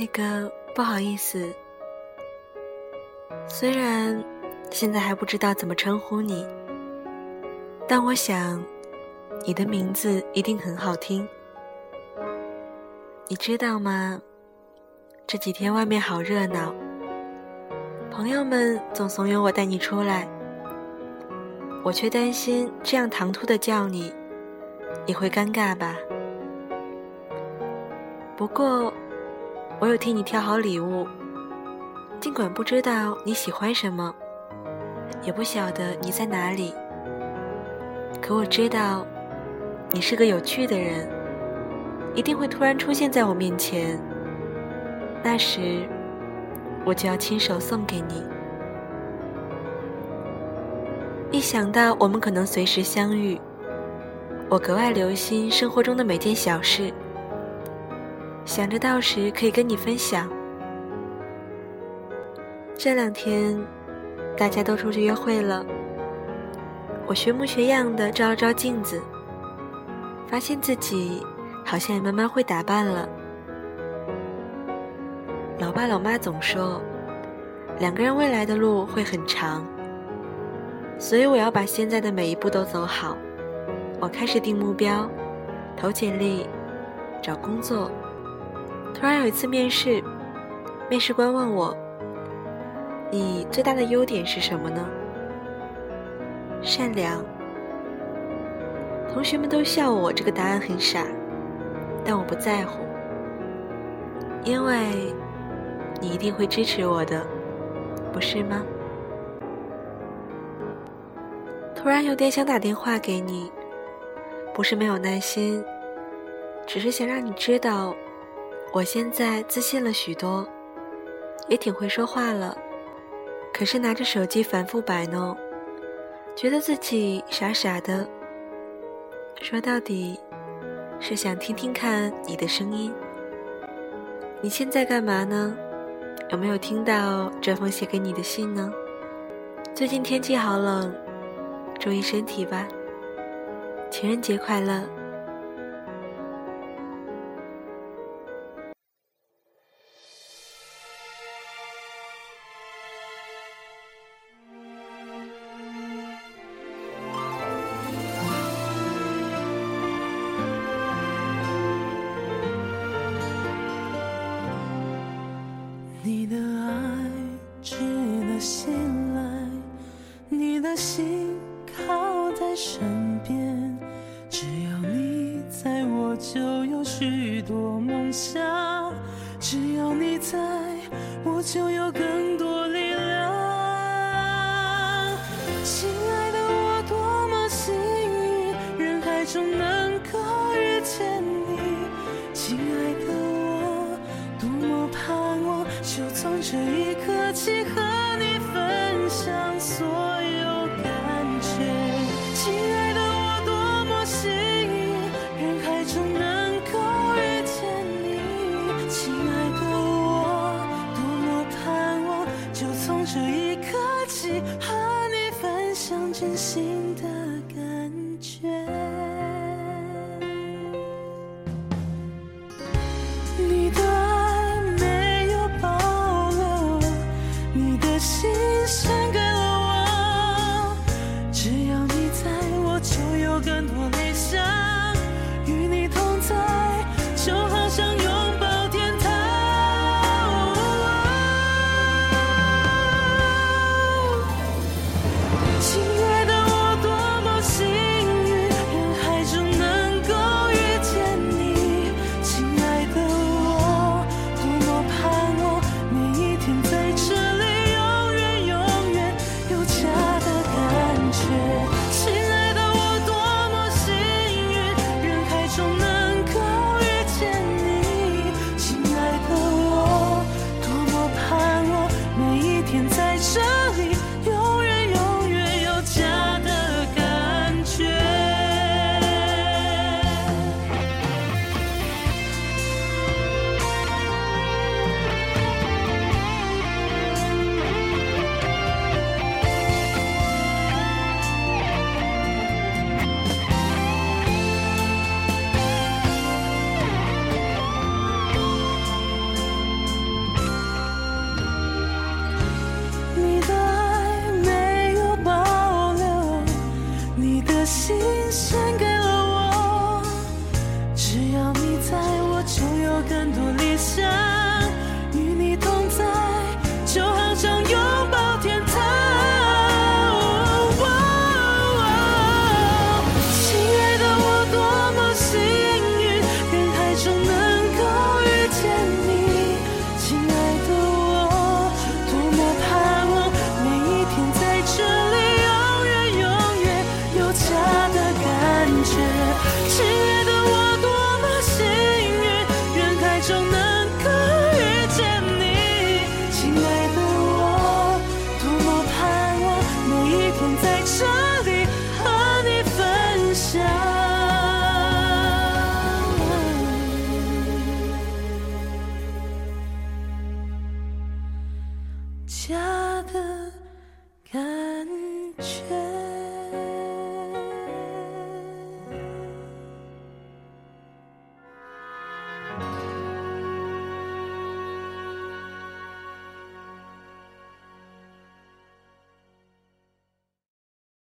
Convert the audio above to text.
不好意思，虽然现在还不知道怎么称呼你，但我想你的名字一定很好听。你知道吗？这几天外面好热闹，朋友们总怂恿我带你出来，我却担心这样唐突的叫你，你会尴尬吧？不过我有替你挑好礼物，尽管不知道你喜欢什么，也不晓得你在哪里，可我知道你是个有趣的人，一定会突然出现在我面前，那时我就要亲手送给你。一想到我们可能随时相遇，我格外留心生活中的每件小事，想着到时可以跟你分享。这2天大家都出去约会了，我学模学样的照了照镜子，发现自己好像也慢慢会打扮了。老爸老妈总说2个人未来的路会很长，所以我要把现在的每一步都走好。我开始定目标，投简历，找工作。突然有一次面试，面试官问我，你最大的优点是什么呢？善良。同学们都笑我这个答案很傻，但我不在乎，因为你一定会支持我的，不是吗？突然有点想打电话给你，不是没有耐心，只是想让你知道我现在自信了许多，也挺会说话了，可是拿着手机反复摆弄，觉得自己傻傻的。说到底是想听听看你的声音。你现在干嘛呢？有没有听到这封写给你的信呢？最近天气好冷，注意身体吧。情人节快乐。 你的爱值得信赖，你的心靠在身边，只要你在我就有许多梦想，只要你在我就有更多力量。亲爱的，我多么幸运，人海中能够遇见你。亲爱的，我多么盼望就从这一刻起和你分享所有感觉。亲爱的，我多么幸运，人海中能够遇见你。亲爱的，我多么盼望就从这一刻起和你分享真心的感觉。你的爱没有保留，你的心献给了我，只要你在我就有更多理想，与你同在就好像拥抱天堂。亲爱的，我多么幸运，人海中能够遇见你。亲爱的，我多么盼望每一天在这里永远永远有家的感觉。亲爱的，我多么幸运，人海中能够遇见你。亲爱的，我多么盼望每一天在这里永远永远有家的感觉。 假的。